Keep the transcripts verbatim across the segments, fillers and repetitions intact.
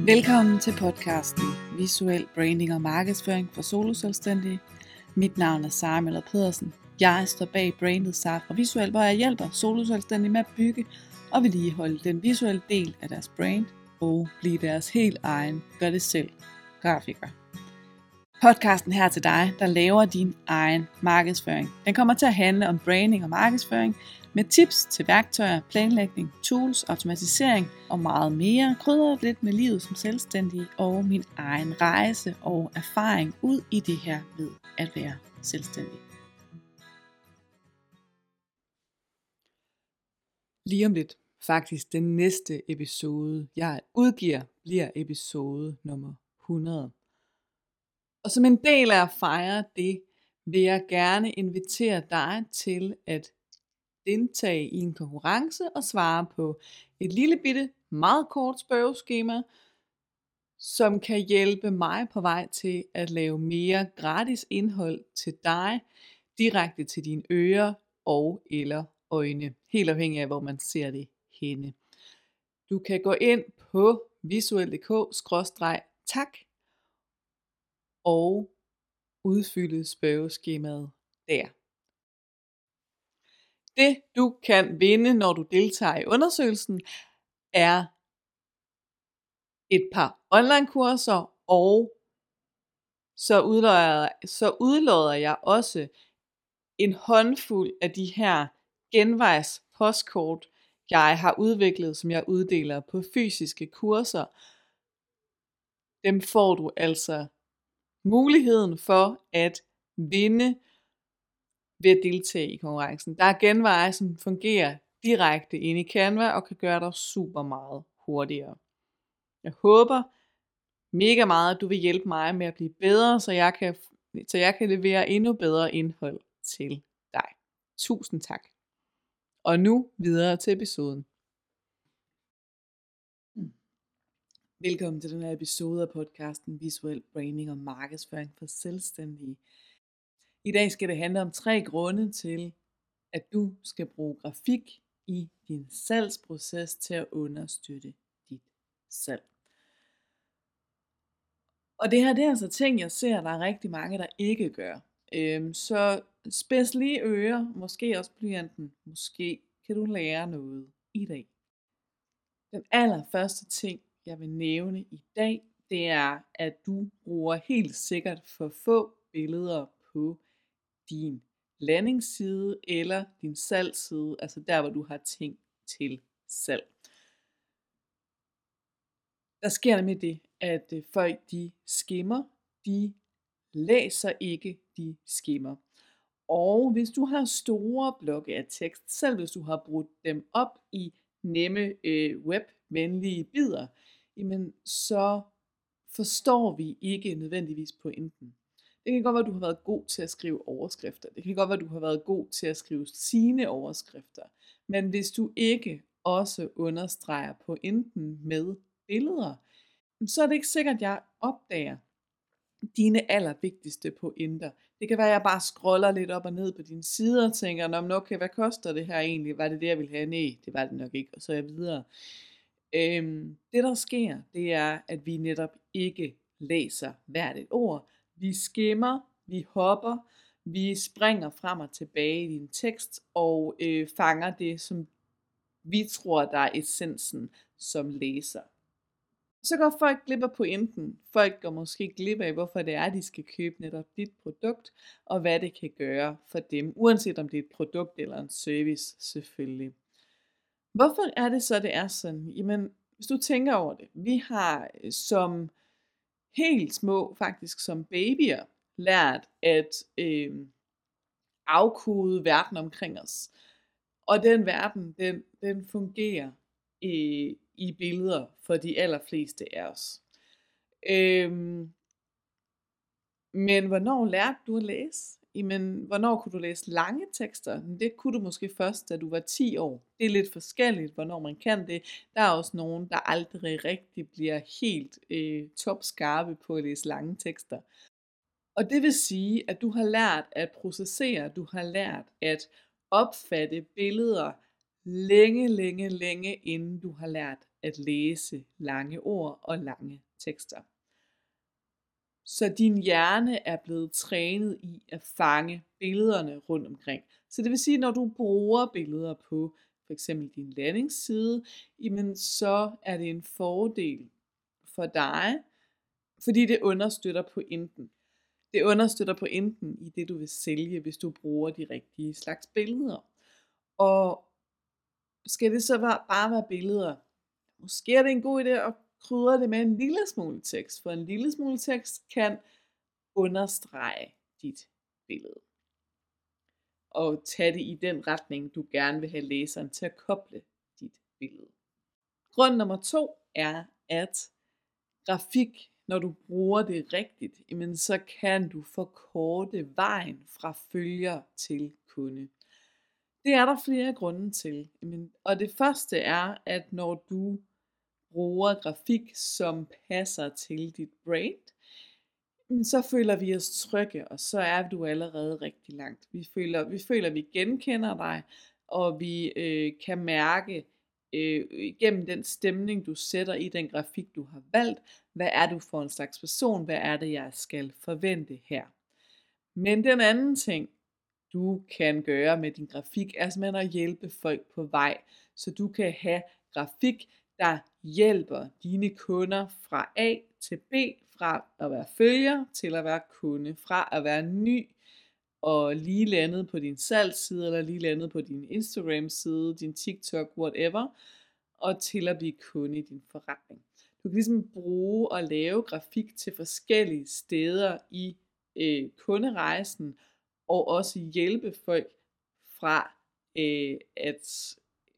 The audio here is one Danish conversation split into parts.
Velkommen til podcasten Visuel Branding og Markedsføring for soloselvstændige. Mit navn er Sara Møller Pedersen. Jeg står bag brandet Safra Visuel, hvor jeg hjælper soloselvstændige med at bygge og vedligeholde den visuelle del af deres brand og blive deres helt egen gør det selv grafiker. Podcasten her til dig, der laver din egen markedsføring. Den kommer til at handle om branding og markedsføring med tips til værktøjer, planlægning, tools, automatisering og meget mere. Krydret lidt med livet som selvstændig og min egen rejse og erfaring ud i det her ved at være selvstændig. Lige om lidt, faktisk den næste episode, jeg udgiver, bliver episode nummer hundrede. Og som en del af at fejre det, vil jeg gerne invitere dig til at deltage i en konkurrence og svare på et lille bitte, meget kort spørgeskema, som kan hjælpe mig på vej til at lave mere gratis indhold til dig, direkte til dine ører og eller øjne, helt afhængig af hvor man ser det henne. Du kan gå ind på visuel punktum d k skråstreg tak og udfylde spørgeskemaet der. Det du kan vinde, når du deltager i undersøgelsen, er et par online kurser, og så udlodder, så udlodder jeg også en håndfuld af de her genvejs postkort, jeg har udviklet, som jeg uddeler på fysiske kurser. Dem får du altså muligheden for at vinde ved at deltage i konkurrencen. Der er genveje, som fungerer direkte ind i Canva og kan gøre dig super meget hurtigere. Jeg håber mega meget, at du vil hjælpe mig med at blive bedre, så jeg kan, så jeg kan levere endnu bedre indhold til dig. Tusind tak. Og nu videre til episoden. Velkommen til den her episode af podcasten Visuel Branding og Markedsføring for selvstændige. I dag skal det handle om tre grunde til, at du skal bruge grafik i din salgsproces til at understøtte dit salg. Og det her, det er altså ting, jeg ser, der er rigtig mange, der ikke gør. Øhm, så spids lige ører, måske også blyanten, måske kan du lære noget i dag. Den allerførste ting, jeg vil nævne i dag, det er, at du bruger helt sikkert for få billeder på din landingsside eller din salgsside, altså der hvor du har ting til salg. Der sker nemlig det, at folk de skimmer, de læser ikke, de skimmer. Og hvis du har store blokke af tekst, selv hvis du har brudt dem op i nemme øh, webvenlige bidder, jamen så forstår vi ikke nødvendigvis pointen. Det kan godt være, at du har været god til at skrive overskrifter. Det kan godt være, at du har været god til at skrive sine overskrifter. Men hvis du ikke også understreger pointen med billeder, så er det ikke sikkert, at jeg opdager dine allervigtigste pointer. Det kan være, at jeg bare scroller lidt op og ned på dine sider og tænker, Nå, okay, hvad koster det her egentlig? Var det det, jeg ville have? Nej, det var det nok ikke, og så er jeg videre. Øhm, det der sker, det er, at vi netop ikke læser hvert et ord. Vi skimmer, vi hopper, vi springer frem og tilbage i din tekst og øh, fanger det, som vi tror, der er essensen som læser. Så går folk glip af pointen. Folk går måske glip af, hvorfor det er, de skal købe netop dit produkt, og hvad det kan gøre for dem, uanset om det er et produkt eller en service selvfølgelig. Hvorfor er det så, det er sådan? Jamen, hvis du tænker over det, vi har som helt små, faktisk som babyer, lært at øh, afkode verden omkring os. Og den verden, den, den fungerer i, i billeder for de allerfleste af os. Øhm, men hvornår lærte du at læse? Jamen, hvornår kunne du læse lange tekster? Det kunne du måske først, da du var ti år. Det er lidt forskelligt, hvornår man kan det. Der er også nogen, der aldrig rigtig bliver helt øh, topskarpe på at læse lange tekster. Og det vil sige, at du har lært at processere, du har lært at opfatte billeder længe, længe, længe, inden du har lært at læse lange ord og lange tekster. Så din hjerne er blevet trænet i at fange billederne rundt omkring. Så det vil sige, når du bruger billeder på for eksempel din landingsside, jamen så er det en fordel for dig, fordi det understøtter pointen. Det understøtter pointen i det, du vil sælge, hvis du bruger de rigtige slags billeder. Og skal det så bare være billeder? Måske er det en god idé at krydre det med en lille smule tekst, for en lille smule tekst kan understrege dit billede. Og tage det i den retning, du gerne vil have læseren til at koble dit billede. Grund nummer to er, at grafik, når du bruger det rigtigt, jamen så kan du forkorte vejen fra følger til kunde. Det er der flere grunde til. Og det første er, at når du bruger grafik, som passer til dit brand, så føler vi os trygge, og så er du allerede rigtig langt. Vi føler, vi føler, at vi genkender dig, og vi øh, kan mærke øh, igennem den stemning, du sætter i den grafik, du har valgt, hvad er du for en slags person, hvad er det, jeg skal forvente her. Men den anden ting, du kan gøre med din grafik, er simpelthen at hjælpe folk på vej, så du kan have grafik, der hjælper dine kunder fra A til B, fra at være følger til at være kunde, fra at være ny og lige landet på din salgsside, eller lige landet på din Instagram-side, din TikTok, whatever, og til at blive kunde i din forretning. Du kan ligesom bruge og lave grafik til forskellige steder i øh, kunderejsen, og også hjælpe folk fra øh, at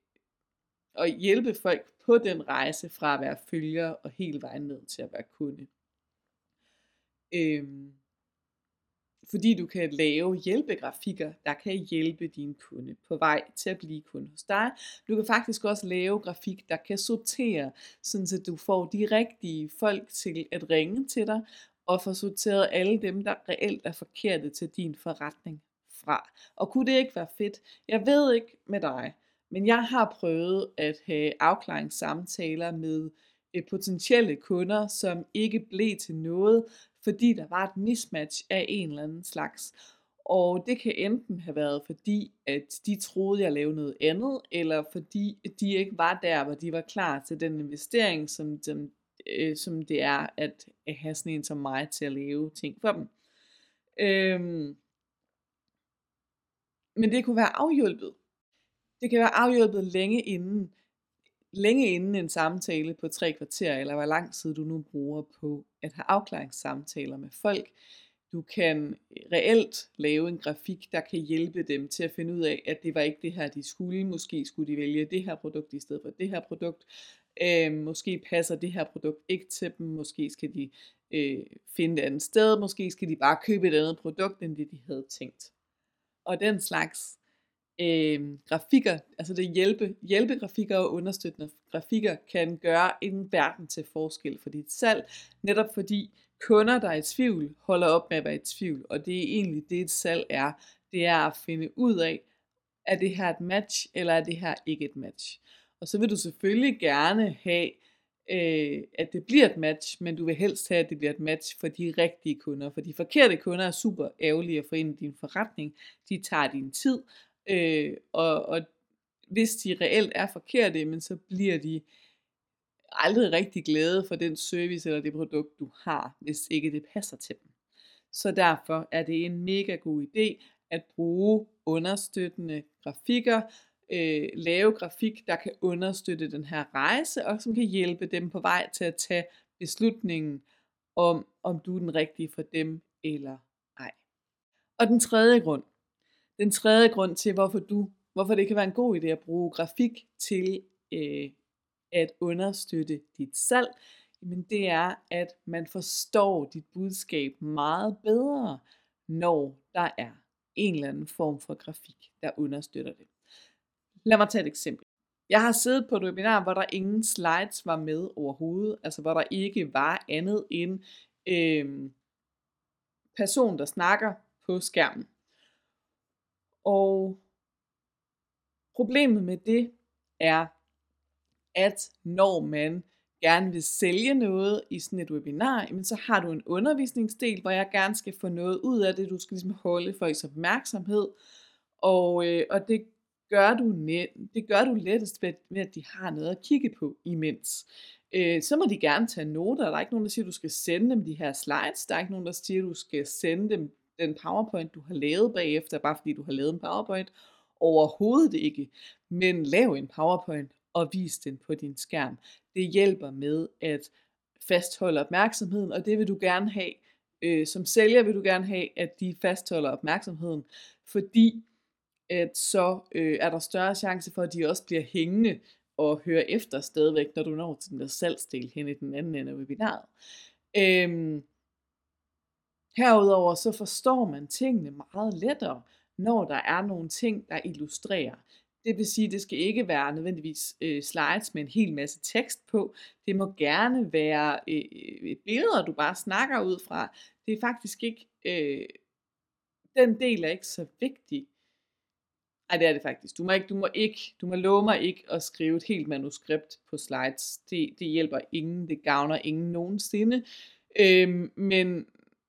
og hjælpe folk på den rejse fra at være følger og hele vejen ned til at være kunde. Øhm, fordi du kan lave hjælpegrafikker, der kan hjælpe din kunde på vej til at blive kunde hos dig. Du kan faktisk også lave grafik, der kan sortere, sådan så du får de rigtige folk til at ringe til dig, og få sorteret alle dem, der reelt er forkerte til din forretning fra. Og kunne det ikke være fedt? Jeg ved ikke med dig, men jeg har prøvet at have afklaringssamtaler med øh, potentielle kunder, som ikke blev til noget, fordi der var et mismatch af en eller anden slags. Og det kan enten have været fordi, at de troede, jeg lavede noget andet, eller fordi de ikke var der, hvor de var klar til den investering, som, dem, øh, som det er at, at have sådan en som mig til at lave ting for dem. Øhm, men det kunne være afhjulpet. Det kan være afhjulpet længe inden, længe inden en samtale på tre kvarter, eller hvor lang tid du nu bruger på at have afklaringssamtaler med folk. Du kan reelt lave en grafik, der kan hjælpe dem til at finde ud af, at det var ikke det her, de skulle. Måske skulle de vælge det her produkt i stedet for det her produkt. Øh, måske passer det her produkt ikke til dem. Måske skal de øh, finde det andet sted. Måske skal de bare købe et andet produkt, end det de havde tænkt. Og den slags øh, grafikker, altså det hjælpe, hjælpegrafikker og understøttende grafikker, kan gøre en verden til forskel for dit salg. Netop fordi kunder, der er i tvivl, holder op med at være i tvivl. Og det er egentlig det, et salg er. Det er at finde ud af, er det her et match, eller er det her ikke et match. Og så vil du selvfølgelig gerne have, øh, at det bliver et match, men du vil helst have, at det bliver et match for de rigtige kunder. For de forkerte kunder er super ærgerlige at få ind i din forretning. De tager din tid, øh, og, og hvis de reelt er forkerte, men så bliver de aldrig rigtig glade for den service eller det produkt, du har, hvis ikke det passer til dem. Så derfor er det en mega god idé at bruge understøttende grafikker, øh, lave grafik, der kan understøtte den her rejse, og som kan hjælpe dem på vej til at tage beslutningen om, om du er den rigtige for dem eller ej. Og den tredje grund, den tredje grund til, hvorfor, du, hvorfor det kan være en god idé at bruge grafik til øh, at understøtte dit salg, jamen det er, at man forstår dit budskab meget bedre, når der er en eller anden form for grafik, der understøtter det. Lad mig tage et eksempel. Jeg har siddet på et webinar, hvor der ingen slides var med overhovedet, altså hvor der ikke var andet end øh, person, der snakker på skærmen. Og problemet med det er, at når man gerne vil sælge noget i sådan et webinar, jamen så har du en undervisningsdel, hvor jeg gerne skal få noget ud af det. Du skal ligesom holde folks opmærksomhed, og, øh, og det gør du net, det gør du lettest ved, ved, at de har noget at kigge på imens. Øh, så må de gerne tage noter. Der er ikke nogen, der siger, at du skal sende dem de her slides. Der er ikke nogen, der siger, at du skal sende dem den PowerPoint, du har lavet bagefter, bare fordi du har lavet en PowerPoint. Overhovedet ikke. Men lav en PowerPoint og vis den på din skærm. Det hjælper med at fastholde opmærksomheden, og det vil du gerne have. Øh, som sælger vil du gerne have, at de fastholder opmærksomheden, fordi at så øh, er der større chance for, at de også bliver hængende og hører efter stadigvæk, når du når til den der salgsdel hen i den anden ende af webinaret. Øhm, herudover så forstår man tingene meget lettere, når der er nogle ting, der illustrerer. Det vil sige, at det skal ikke være nødvendigvis øh, slides med en hel masse tekst på. Det må gerne være øh, billeder, du bare snakker ud fra. Det er faktisk ikke, øh, den del er ikke så vigtig. Ej, det er det faktisk. Du må ikke, du må ikke, du må love mig ikke at skrive et helt manuskript på slides. Det, det hjælper ingen, det gavner ingen nogensinde. Øhm, men,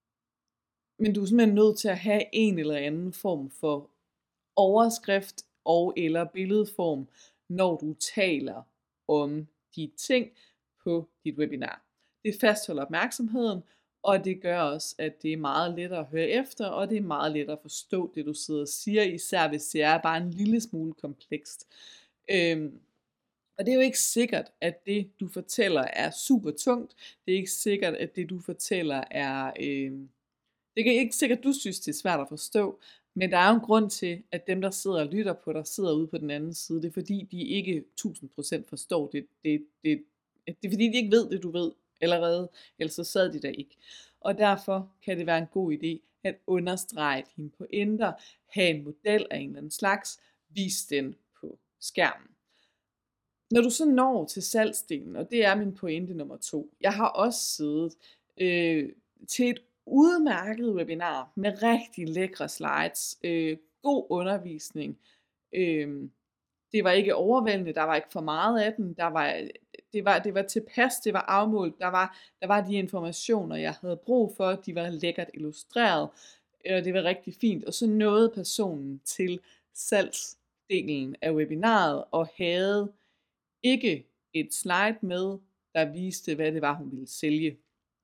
men du er simpelthen nødt til at have en eller anden form for overskrift og eller billedform, når du taler om de ting på dit webinar. Det fastholder opmærksomheden, og det gør også, at det er meget lettere at høre efter, og det er meget lettere at forstå det, du sidder og siger, især hvis det er bare en lille smule komplekst. Øhm, og det er jo ikke sikkert, at det, du fortæller, er super tungt. Det er ikke sikkert, at det, du fortæller, er... Øhm, det er ikke sikkert, at du synes, det er svært at forstå, men der er jo en grund til, at dem, der sidder og lytter på dig, sidder ude på den anden side. Det er fordi, de ikke tusind procent forstår det. Det, det. Det er fordi, de ikke ved det, du ved allerede, ellers så sad de der ikke. Og derfor kan det være en god idé at understrege dine pointer, have en model af en eller anden slags, vis den på skærmen. Når du så når til salgsdelen, og det er min pointe nummer to, jeg har også siddet øh, til et udmærket webinar med rigtig lækre slides, øh, god undervisning. Øh, det var ikke overvældende, der var ikke for meget af den, der var, det, var, det var tilpas, det var afmålt, der var, der var de informationer, jeg havde brug for, de var lækkert illustreret, og det var rigtig fint. Og så nåede personen til salgsdelen af webinaret, og havde ikke et slide med, der viste, hvad det var, hun ville sælge.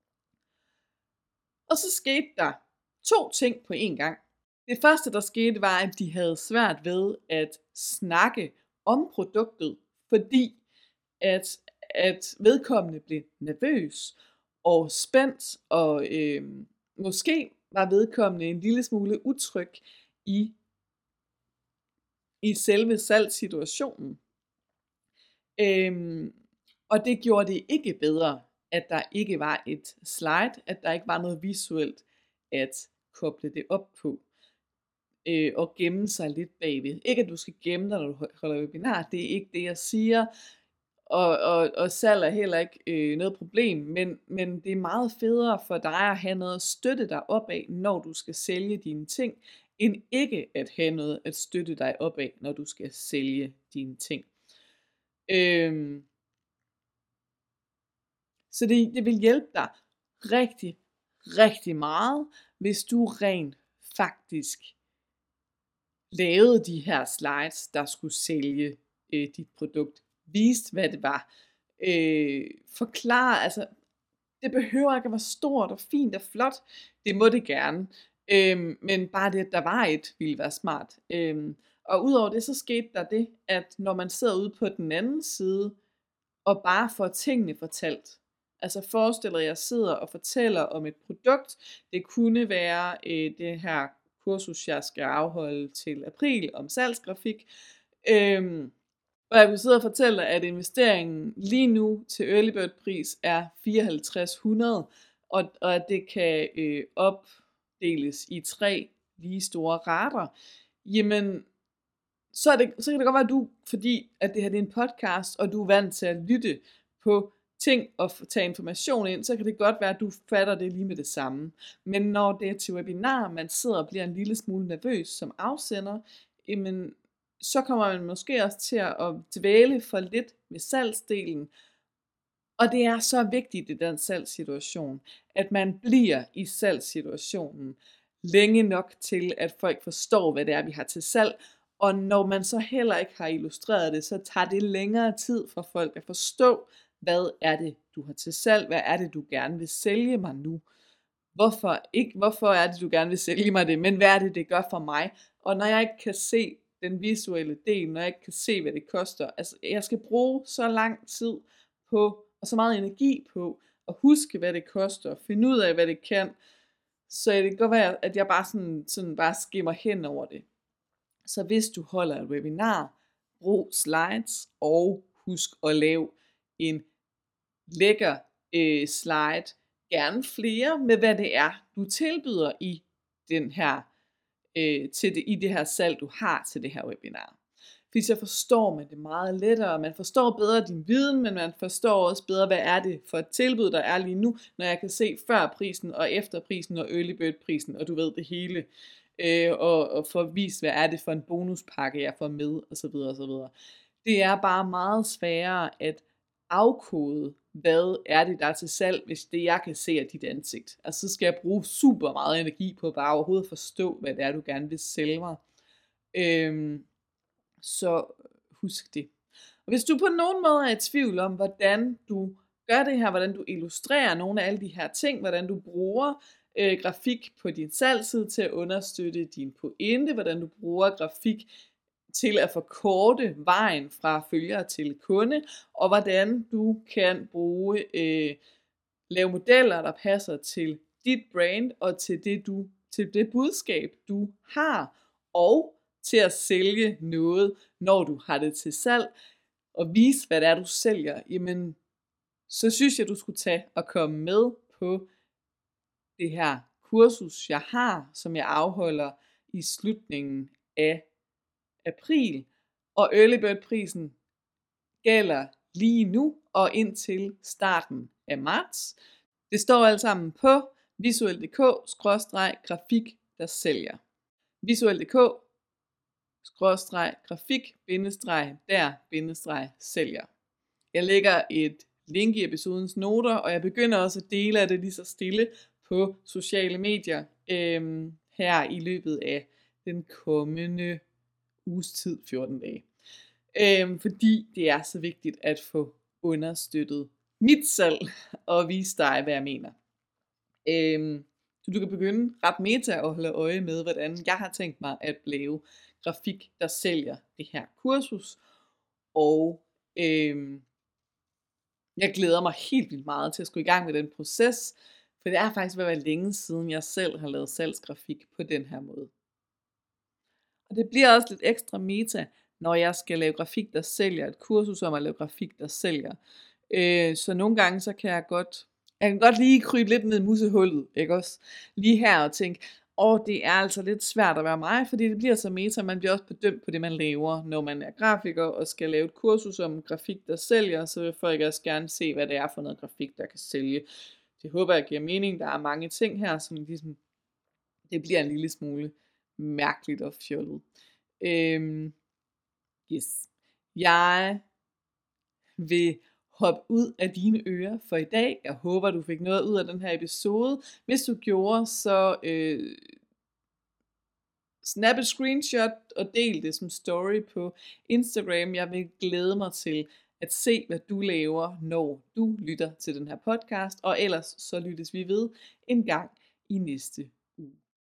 Og så skete der to ting på én gang. Det første, der skete, var, at de havde svært ved at snakke om produktet, fordi at, at vedkommende blev nervøs og spændt, og øh, måske var vedkommende en lille smule utryg i, i selve salgssituationen. Øh, og det gjorde det ikke bedre, at der ikke var et slide, at der ikke var noget visuelt at koble det op på. Øh, og gemme sig lidt bagved. Ikke at du skal gemme dig, når du holder webinar, det er ikke det, jeg siger. Og, og, og salg er heller ikke øh, noget problem, men, men det er meget federe for dig at have noget at støtte dig op af, når du skal sælge dine ting, end ikke at have noget at støtte dig op af, når du skal sælge dine ting. Øh, så det, det vil hjælpe dig rigtig, rigtig meget, hvis du rent faktisk lavede de her slides, der skulle sælge øh, dit produkt, viste hvad det var, øh, forklare, altså det behøver ikke at være stort og fint og flot, det må det gerne, øh, men bare det, at der var et, ville være smart. Øh, og udover det, så skete der det, at når man sidder ude på den anden side, og bare får tingene fortalt, altså forestil dig, at jeg sidder og fortæller om et produkt, det kunne være øh, det her kursus, jeg skal afholde til april om salgsgrafik. Øhm, og jeg vil sidde og fortælle dig, at investeringen lige nu til early bird pris er fireoghalvtreds hundrede, og, og at det kan øh, opdeles i tre lige store rater. Jamen, så, er det, så kan det godt være, at du, fordi at det her det er en podcast, og du er vant til at lytte på ting og tage information ind, så kan det godt være, at du fatter det lige med det samme. Men når det er til webinar, man sidder og bliver en lille smule nervøs som afsender, jamen, så kommer man måske også til at dvæle for lidt med salgsdelen. Og det er så vigtigt i den salgssituation, at man bliver i salgssituationen længe nok til, at folk forstår, hvad det er, vi har til salg. Og når man så heller ikke har illustreret det, så tager det længere tid for folk at forstå, hvad er det, du har til salg? Hvad er det, du gerne vil sælge mig nu? Hvorfor ikke? Hvorfor er det, du gerne vil sælge mig det? Men hvad er det, det gør for mig? Og når jeg ikke kan se den visuelle del, når jeg ikke kan se, hvad det koster, altså jeg skal bruge så lang tid på, og så meget energi på, at huske, hvad det koster, finde ud af, hvad det kan, så det kan godt være, at jeg bare sådan, sådan bare skimmer hen over det. Så hvis du holder et webinar, brug slides, og husk at lave en lækker øh, slide, gerne flere med hvad det er, du tilbyder i den her, øh, til det, i det her salg, du har til det her webinar. Fordi så forstår man det meget lettere, man forstår bedre din viden, men man forstår også bedre, hvad er det for et tilbud, der er lige nu, når jeg kan se før prisen og efter prisen og early bird prisen, og du ved det hele, øh, og, og få vist, hvad er det for en bonuspakke, jeg får med, osv. osv. Det er bare meget sværere at afkode, hvad er det, der er til salg, hvis det jeg kan se af dit ansigt. Altså så skal jeg bruge super meget energi på bare overhovedet forstå, hvad det er, du gerne vil sælge mig. Øhm, så husk det. Og hvis du på nogen måde er i tvivl om, hvordan du gør det her, hvordan du illustrerer nogle af alle de her ting, hvordan du bruger øh, grafik på din salgsside til at understøtte din pointe, hvordan du bruger grafik til at forkorte vejen fra følger til kunde, og hvordan du kan bruge, øh, lave modeller, der passer til dit brand, og til det, du, til det budskab, du har, og til at sælge noget, når du har det til salg, og vise, hvad det er, du sælger, jamen, så synes jeg, du skulle tage og komme med på det her kursus, jeg har, som jeg afholder i slutningen af april, og early bird prisen gælder lige nu og indtil starten af marts. Det står alt sammen på visuel punktum d k skråstreg grafik der sælger. visuel punktum d k skråstreg grafik bindestreg der bindestreg sælger. Jeg lægger et link i episodens noter, og jeg begynder også at dele af det lige så stille på sociale medier øhm, her i løbet af den kommende uges tid, fjorten dage. Øhm, fordi det er så vigtigt at få understøttet mit salg og vise dig, hvad jeg mener. Øhm, så du kan begynde ret meta at holde øje med, hvordan jeg har tænkt mig at lave grafik, der sælger det her kursus. Og øhm, jeg glæder mig helt vildt meget til at skulle i gang med den proces, for det er faktisk ved at være længe siden, jeg selv har lavet salgsgrafik på den her måde. Og det bliver også lidt ekstra meta, når jeg skal lave grafik, der sælger, et kursus om at lave grafik, der sælger. Øh, så nogle gange, så kan jeg godt, jeg kan godt lige krybe lidt ned i musehullet, ikke også? Lige her og tænke, åh, det er altså lidt svært at være mig, fordi det bliver så meta, man bliver også bedømt på det, man laver, når man er grafiker og skal lave et kursus om grafik, der sælger, så vil folk også gerne se, hvad det er for noget grafik, der kan sælge. Det håber jeg giver mening. Der er mange ting her, som ligesom, det bliver en lille smule mærkeligt og fjollet. Øhm, yes. Jeg vil hoppe ud af dine ører for i dag. Jeg håber, du fik noget ud af den her episode. Hvis du gjorde, så øh, snap et screenshot og del det som story på Instagram. Jeg vil glæde mig til at se, hvad du laver, når du lytter til den her podcast. Og ellers så lyttes vi ved en gang i næste uge.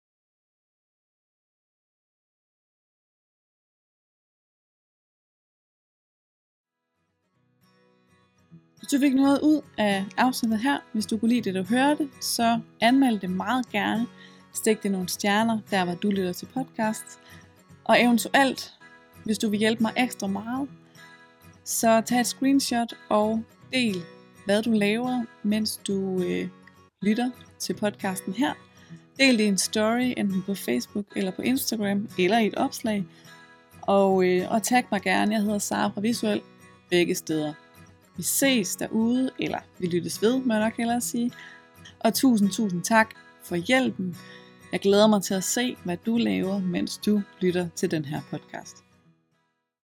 Hvis du fik noget ud af afsnittet her, hvis du kunne lide det, du hørte, så anmeld det meget gerne. Stik det nogle stjerner, der hvor du lytter til podcast. Og eventuelt, hvis du vil hjælpe mig ekstra meget, så tag et screenshot og del, hvad du laver, mens du øh, lytter til podcasten her. Del det i en story, enten på Facebook eller på Instagram, eller i et opslag. Og, øh, og tag mig gerne, jeg hedder Sara fra Visuel, begge steder. Vi ses derude, eller vi lyttes ved, må jeg nok hellere sige. Og tusind, tusind tak for hjælpen. Jeg glæder mig til at se, hvad du laver, mens du lytter til den her podcast.